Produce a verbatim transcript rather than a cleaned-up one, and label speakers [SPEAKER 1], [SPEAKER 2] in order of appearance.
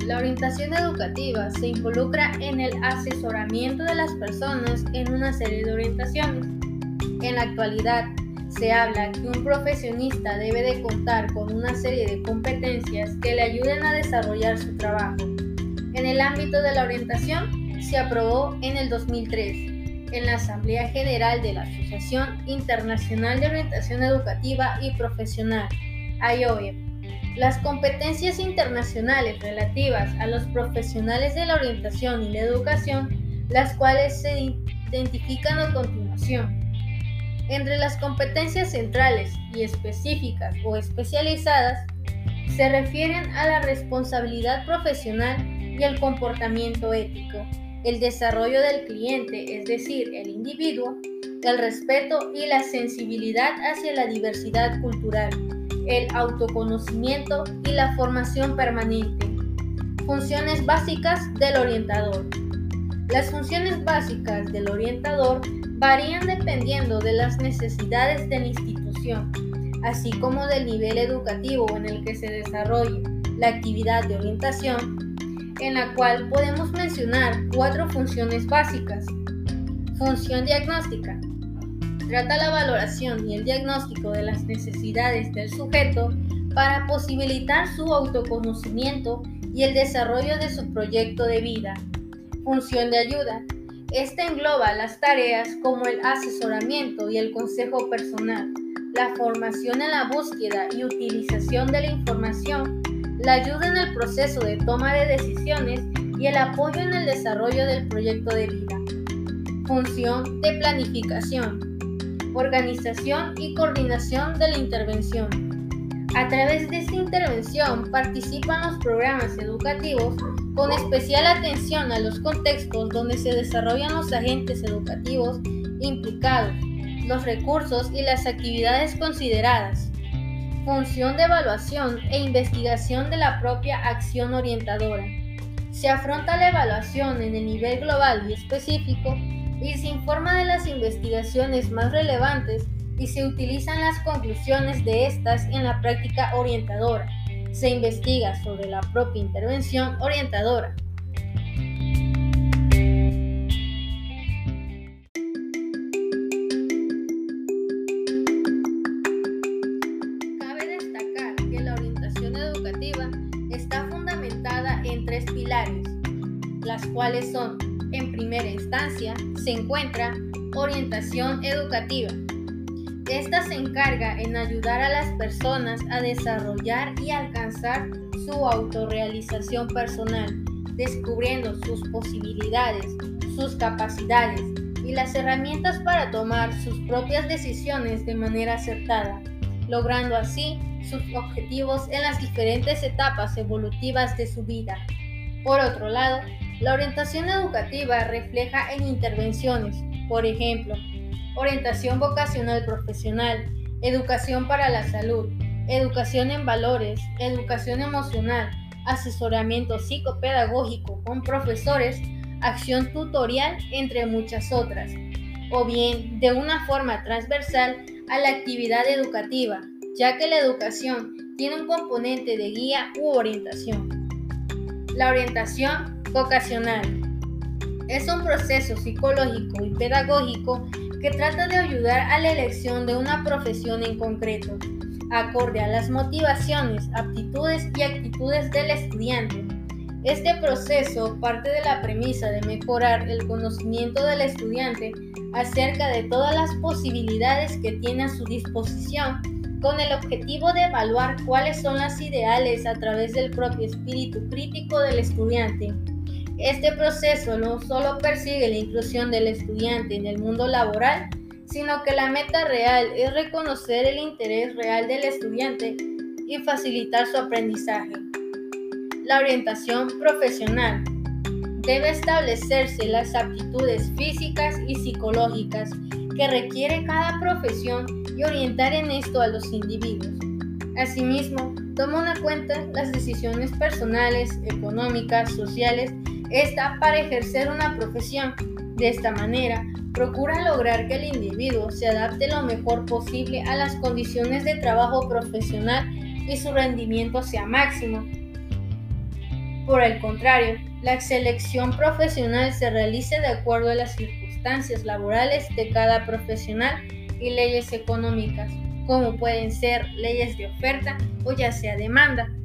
[SPEAKER 1] La orientación educativa se involucra en el asesoramiento de las personas en una serie de orientaciones. En la actualidad, se habla que un profesionista debe de contar con una serie de competencias que le ayuden a desarrollar su trabajo. En el ámbito de la orientación, se aprobó en el dos mil tres, en la Asamblea General de la Asociación Internacional de Orientación Educativa y Profesional, I O E, las competencias internacionales relativas a los profesionales de la orientación y la educación, las cuales se identifican a continuación. Entre las competencias centrales y específicas o especializadas, se refieren a la responsabilidad profesional y el comportamiento ético, el desarrollo del cliente, es decir, el individuo, el respeto y la sensibilidad hacia la diversidad cultural, el autoconocimiento y la formación permanente. Funciones básicas del orientador. Las funciones básicas del orientador varían dependiendo de las necesidades de la institución, así como del nivel educativo en el que se desarrolle la actividad de orientación, en la cual podemos mencionar cuatro funciones básicas. Función diagnóstica. Trata la valoración y el diagnóstico de las necesidades del sujeto para posibilitar su autoconocimiento y el desarrollo de su proyecto de vida. Función de ayuda. Esta engloba las tareas como el asesoramiento y el consejo personal, la formación en la búsqueda y utilización de la información, la ayuda en el proceso de toma de decisiones y el apoyo en el desarrollo del proyecto de vida. Función de planificación, organización y coordinación de la intervención. A través de esta intervención participan los programas educativos con especial atención a los contextos donde se desarrollan los agentes educativos implicados, los recursos y las actividades consideradas. Función de evaluación e investigación de la propia acción orientadora. Se afronta la evaluación en el nivel global y específico y se informa de las investigaciones más relevantes y se utilizan las conclusiones de estas en la práctica orientadora. Se investiga sobre la propia intervención orientadora. Cabe destacar que la orientación educativa está fundamentada en tres pilares, las cuales son, en primera instancia, se encuentra orientación educativa. Esta se encarga en ayudar a las personas a desarrollar y alcanzar su autorrealización personal, descubriendo sus posibilidades, sus capacidades y las herramientas para tomar sus propias decisiones de manera acertada, logrando así sus objetivos en las diferentes etapas evolutivas de su vida. Por otro lado, la orientación educativa refleja en intervenciones, por ejemplo, orientación vocacional profesional, educación para la salud, educación en valores, educación emocional, asesoramiento psicopedagógico con profesores, acción tutorial, entre muchas otras, o bien de una forma transversal a la actividad educativa, ya que la educación tiene un componente de guía u orientación. La orientación vocacional es un proceso psicológico y pedagógico que trata de ayudar a la elección de una profesión en concreto, acorde a las motivaciones, aptitudes y actitudes del estudiante. Este proceso parte de la premisa de mejorar el conocimiento del estudiante acerca de todas las posibilidades que tiene a su disposición, con el objetivo de evaluar cuáles son las ideales a través del propio espíritu crítico del estudiante. Este proceso no solo persigue la inclusión del estudiante en el mundo laboral, sino que la meta real es reconocer el interés real del estudiante y facilitar su aprendizaje. La orientación profesional. Debe establecerse las aptitudes físicas y psicológicas que requiere cada profesión y orientar en esto a los individuos. Asimismo, toma en cuenta las decisiones personales, económicas, sociales, esta para ejercer una profesión. De esta manera, procura lograr que el individuo se adapte lo mejor posible a las condiciones de trabajo profesional y su rendimiento sea máximo. Por el contrario, la selección profesional se realiza de acuerdo a las circunstancias laborales de cada profesional y leyes económicas, como pueden ser leyes de oferta o ya sea demanda.